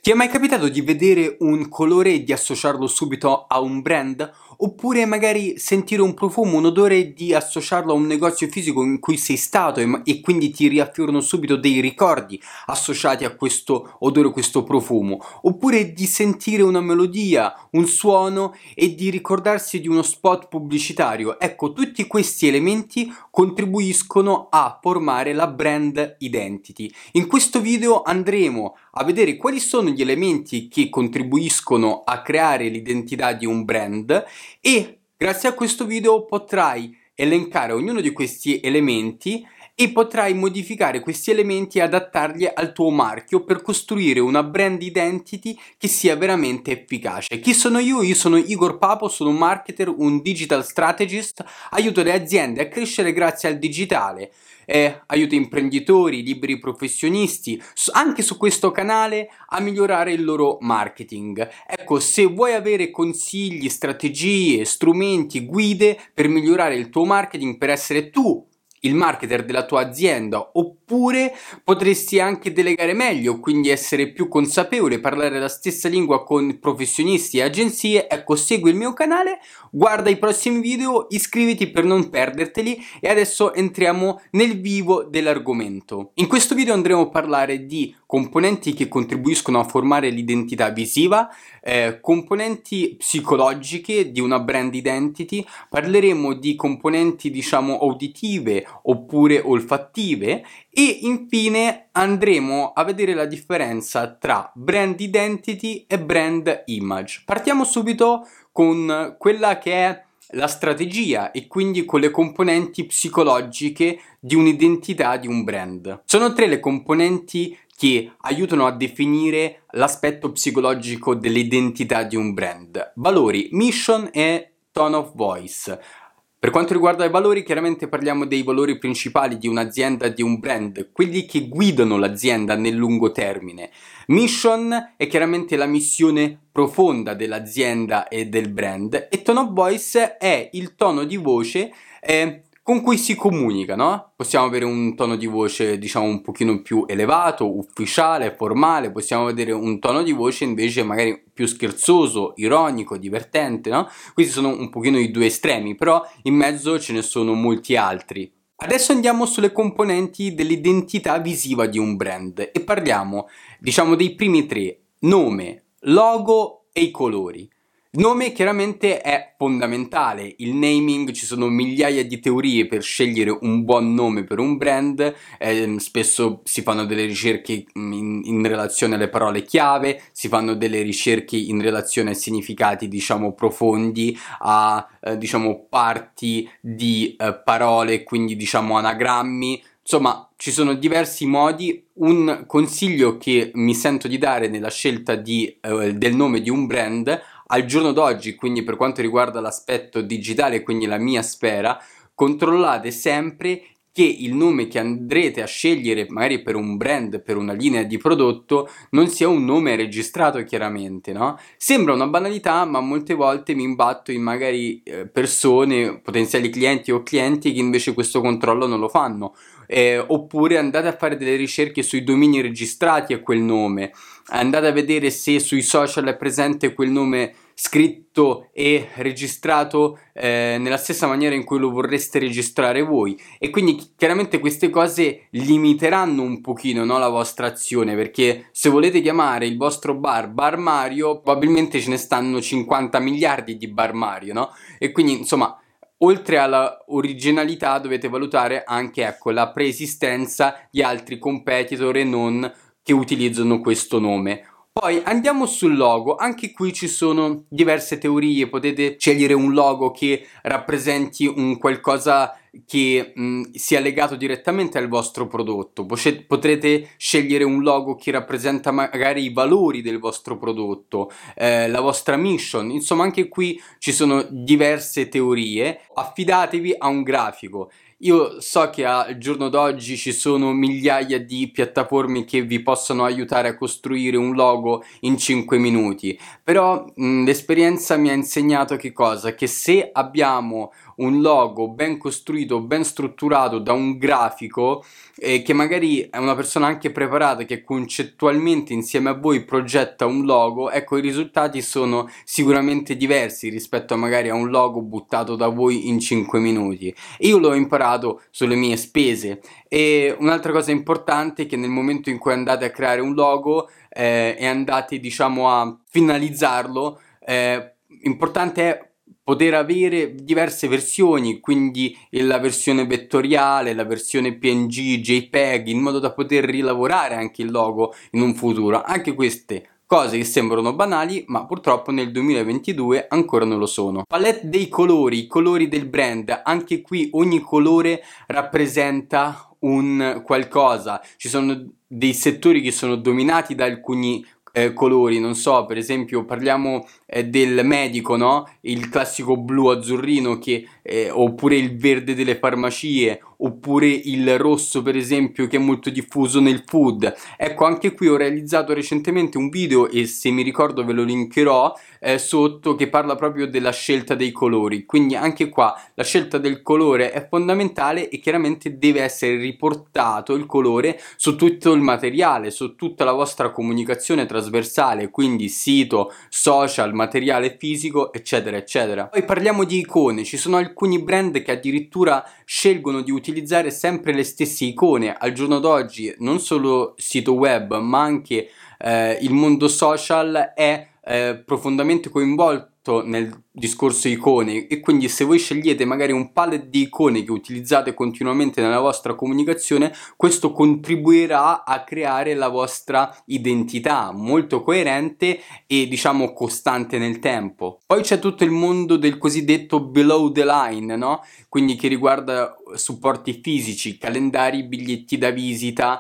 Ti è mai capitato di vedere un colore e di associarlo subito a un brand? Oppure magari sentire un profumo, un odore e di associarlo a un negozio fisico in cui sei stato e quindi ti riaffiorano subito dei ricordi associati a questo odore, questo profumo? Oppure di sentire una melodia, un suono e di ricordarsi di uno spot pubblicitario? Ecco, tutti questi elementi contribuiscono a formare la brand identity. In questo video andremo a vedere quali sono gli elementi che contribuiscono a creare l'identità di un brand e grazie a questo video potrai elencare ognuno di questi elementi e potrai modificare questi elementi e adattarli al tuo marchio per costruire una brand identity che sia veramente efficace. Chi sono io? Io sono Igor Papo, sono un marketer, un digital strategist, aiuto le aziende a crescere grazie al digitale. Aiuto imprenditori, liberi professionisti, anche su questo canale a migliorare il loro marketing. Ecco, se vuoi avere consigli, strategie, strumenti, guide per migliorare il tuo marketing, per essere tu il marketer della tua azienda, oppure potresti anche delegare meglio, quindi essere più consapevole, parlare la stessa lingua con professionisti e agenzie, ecco, segui il mio canale, guarda i prossimi video, iscriviti per non perderteli e adesso entriamo nel vivo dell'argomento. In questo video andremo a parlare di componenti che contribuiscono a formare l'identità visiva, componenti psicologiche di una brand identity, parleremo di componenti diciamo uditive oppure olfattive e infine andremo a vedere la differenza tra brand identity e brand image. Partiamo subito con quella che è la strategia e quindi con le componenti psicologiche di un'identità di un brand. Sono tre le componenti che aiutano a definire l'aspetto psicologico dell'identità di un brand: valori, mission e tone of voice. Per quanto riguarda i valori, chiaramente parliamo dei valori principali di un'azienda, di un brand, quelli che guidano l'azienda nel lungo termine. Mission è chiaramente la missione profonda dell'azienda e del brand, e tone of voice è il tono di voce con cui si comunica, no? Possiamo avere un tono di voce, diciamo, un pochino più elevato, ufficiale, formale, possiamo avere un tono di voce invece magari più scherzoso, ironico, divertente, no? Questi sono un pochino i due estremi, però in mezzo ce ne sono molti altri. Adesso andiamo sulle componenti dell'identità visiva di un brand e parliamo, diciamo, dei primi tre: nome, logo e i colori. Il nome chiaramente è fondamentale, il naming, ci sono migliaia di teorie per scegliere un buon nome per un brand, spesso si fanno delle ricerche in relazione alle parole chiave, si fanno delle ricerche in relazione ai significati diciamo profondi, a diciamo parti di parole, quindi diciamo anagrammi. Insomma, ci sono diversi modi. Un consiglio che mi sento di dare nella scelta del nome di un brand al giorno d'oggi, quindi per quanto riguarda l'aspetto digitale, quindi la mia sfera, controllate sempre che il nome che andrete a scegliere magari per un brand, per una linea di prodotto, non sia un nome registrato chiaramente, no? Sembra una banalità, ma molte volte mi imbatto in magari persone, potenziali clienti o clienti che invece questo controllo non lo fanno. Oppure andate a fare delle ricerche sui domini registrati a quel nome, andate a vedere se sui social è presente quel nome scritto e registrato nella stessa maniera in cui lo vorreste registrare voi, e quindi chiaramente queste cose limiteranno un pochino, no, la vostra azione, perché se volete chiamare il vostro bar Mario, probabilmente ce ne stanno 50 miliardi di bar Mario, no? E quindi insomma, oltre alla originalità dovete valutare anche, ecco, la preesistenza di altri competitor e non che utilizzano questo nome. Poi andiamo sul logo, anche qui ci sono diverse teorie, potete scegliere un logo che rappresenti un qualcosa che sia legato direttamente al vostro prodotto, potrete scegliere un logo che rappresenta magari i valori del vostro prodotto, la vostra mission, insomma anche qui ci sono diverse teorie, affidatevi a un grafico. Io so che al giorno d'oggi ci sono migliaia di piattaforme che vi possono aiutare a costruire un logo in 5 minuti, però l'esperienza mi ha insegnato che cosa? Che se abbiamo un logo ben costruito, ben strutturato da un grafico che magari è una persona anche preparata, che concettualmente insieme a voi progetta un logo, ecco, i risultati sono sicuramente diversi rispetto a magari a un logo buttato da voi in 5 minuti. Io l'ho imparato sulle mie spese. E un'altra cosa importante è che nel momento in cui andate a creare un logo e andate, diciamo, a finalizzarlo, importante è poter avere diverse versioni, quindi la versione vettoriale, la versione PNG, JPEG, in modo da poter rilavorare anche il logo in un futuro. Anche queste cose che sembrano banali, ma purtroppo nel 2022 ancora non lo sono. Palette dei colori, i colori del brand, anche qui ogni colore rappresenta un qualcosa. Ci sono dei settori che sono dominati da alcuni colori, non so, per esempio parliamo del medico, no? Il classico blu azzurrino oppure il verde delle farmacie, oppure il rosso per esempio che è molto diffuso nel food. Ecco, anche qui ho realizzato recentemente un video e se mi ricordo ve lo linkerò sotto, che parla proprio della scelta dei colori. Quindi anche qua la scelta del colore è fondamentale e chiaramente deve essere riportato il colore su tutto il materiale, su tutta la vostra comunicazione trasversale, quindi sito, social, materiale fisico, eccetera eccetera. Poi parliamo di icone. Ci sono alcuni brand che addirittura scelgono di utilizzare sempre le stesse icone. Al giorno d'oggi non solo sito web ma anche il mondo social è profondamente coinvolto nel discorso icone, e quindi se voi scegliete magari un palette di icone che utilizzate continuamente nella vostra comunicazione, questo contribuirà a creare la vostra identità molto coerente e diciamo costante nel tempo. Poi c'è tutto il mondo del cosiddetto below the line, no? Quindi che riguarda supporti fisici, calendari, biglietti da visita,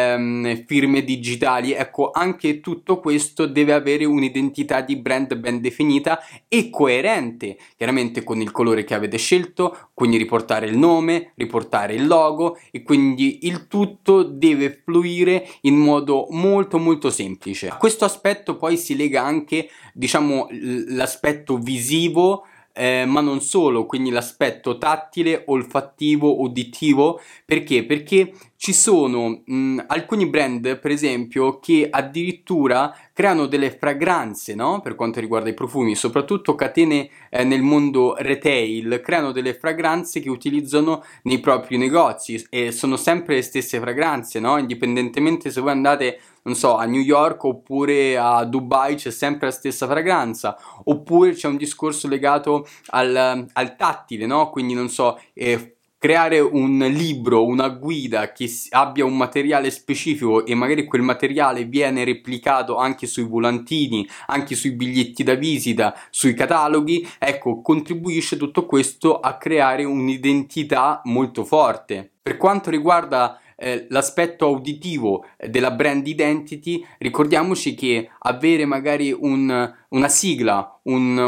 firme digitali. Ecco, anche tutto questo deve avere un'identità di brand ben definita e coerente chiaramente con il colore che avete scelto, quindi riportare il nome, riportare il logo, e quindi il tutto deve fluire in modo molto molto semplice. A questo aspetto poi si lega anche, diciamo, l'aspetto visivo, ma non solo, quindi l'aspetto tattile, olfattivo, uditivo. Perché? Perché ci sono alcuni brand, per esempio, che addirittura creano delle fragranze, no? Per quanto riguarda i profumi, soprattutto catene nel mondo retail, creano delle fragranze che utilizzano nei propri negozi e sono sempre le stesse fragranze, no? Indipendentemente se voi andate, non so, a New York oppure a Dubai, c'è sempre la stessa fragranza. Oppure c'è un discorso legato al tattile, no? Quindi non so, creare un libro, una guida che abbia un materiale specifico e magari quel materiale viene replicato anche sui volantini, anche sui biglietti da visita, sui cataloghi. Ecco, contribuisce tutto questo a creare un'identità molto forte. Per quanto riguarda l'aspetto uditivo della brand identity, ricordiamoci che avere magari una sigla,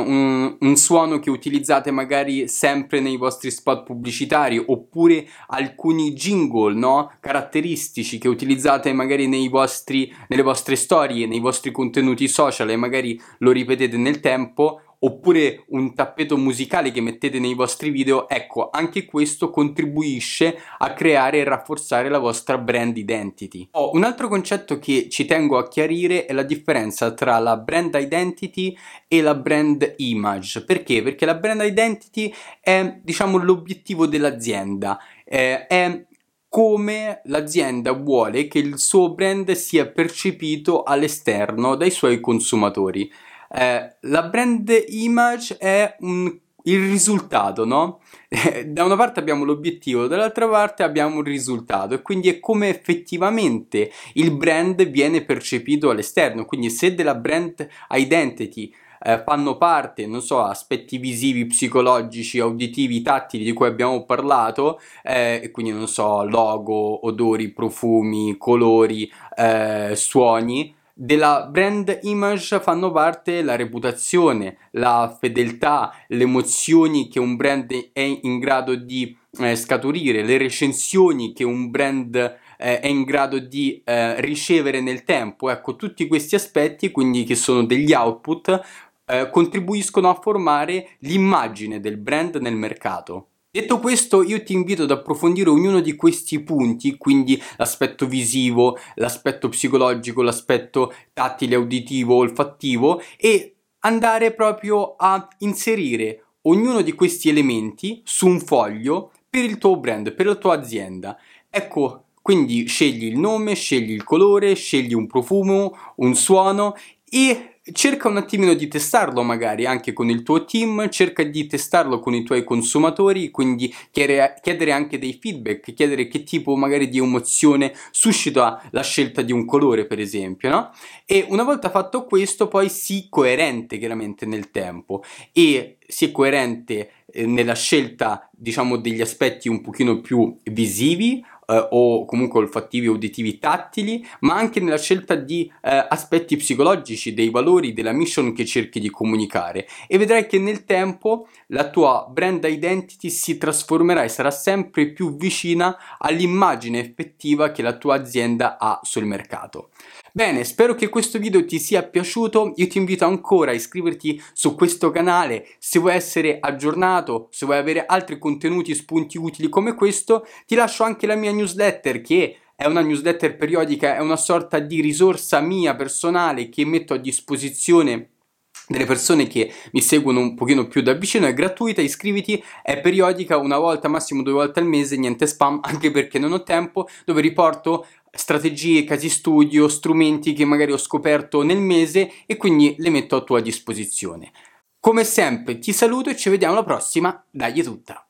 un suono che utilizzate magari sempre nei vostri spot pubblicitari, oppure alcuni jingle, no? Caratteristici che utilizzate magari nelle vostre storie, nei vostri contenuti social e magari lo ripetete nel tempo, oppure un tappeto musicale che mettete nei vostri video. Ecco, anche questo contribuisce a creare e rafforzare la vostra brand identity. Un altro concetto che ci tengo a chiarire è la differenza tra la brand identity e la brand image. Perché? Perché la brand identity è, diciamo, l'obiettivo dell'azienda, è come l'azienda vuole che il suo brand sia percepito all'esterno dai suoi consumatori. La brand image è il risultato, no? Da una parte abbiamo l'obiettivo, dall'altra parte abbiamo il risultato, e quindi è come effettivamente il brand viene percepito all'esterno. Quindi se della brand identity fanno parte, non so, aspetti visivi, psicologici, auditivi, tattili di cui abbiamo parlato, e quindi non so, logo, odori, profumi, colori, suoni. Della brand image fanno parte la reputazione, la fedeltà, le emozioni che un brand è in grado di scaturire, le recensioni che un brand è in grado di ricevere nel tempo. Ecco, tutti questi aspetti, quindi, che sono degli output, contribuiscono a formare l'immagine del brand nel mercato. Detto questo, io ti invito ad approfondire ognuno di questi punti, quindi l'aspetto visivo, l'aspetto psicologico, l'aspetto tattile, uditivo, olfattivo, e andare proprio a inserire ognuno di questi elementi su un foglio per il tuo brand, per la tua azienda. Ecco, quindi scegli il nome, scegli il colore, scegli un profumo, un suono e cerca un attimino di testarlo magari anche con il tuo team, cerca di testarlo con i tuoi consumatori, quindi chiedere anche dei feedback, chiedere che tipo magari di emozione suscita la scelta di un colore, per esempio, no? E una volta fatto questo, poi sii coerente chiaramente nel tempo e sii coerente nella scelta, diciamo, degli aspetti un pochino più visivi, o comunque olfattivi, uditivi, tattili, ma anche nella scelta di aspetti psicologici, dei valori, della mission che cerchi di comunicare, e vedrai che nel tempo la tua brand identity si trasformerà e sarà sempre più vicina all'immagine effettiva che la tua azienda ha sul mercato. Bene, spero che questo video ti sia piaciuto. Io ti invito ancora a iscriverti su questo canale se vuoi essere aggiornato, se vuoi avere altri contenuti e spunti utili come questo. Ti lascio anche la mia newsletter, che è una newsletter periodica, è una sorta di risorsa mia personale che metto a disposizione delle persone che mi seguono un pochino più da vicino. È gratuita, iscriviti, è periodica, una volta, massimo 2 volte al mese, niente spam, anche perché non ho tempo, dove riporto strategie, casi studio, strumenti che magari ho scoperto nel mese e quindi le metto a tua disposizione. Come sempre ti saluto e ci vediamo alla prossima, dai è tutta!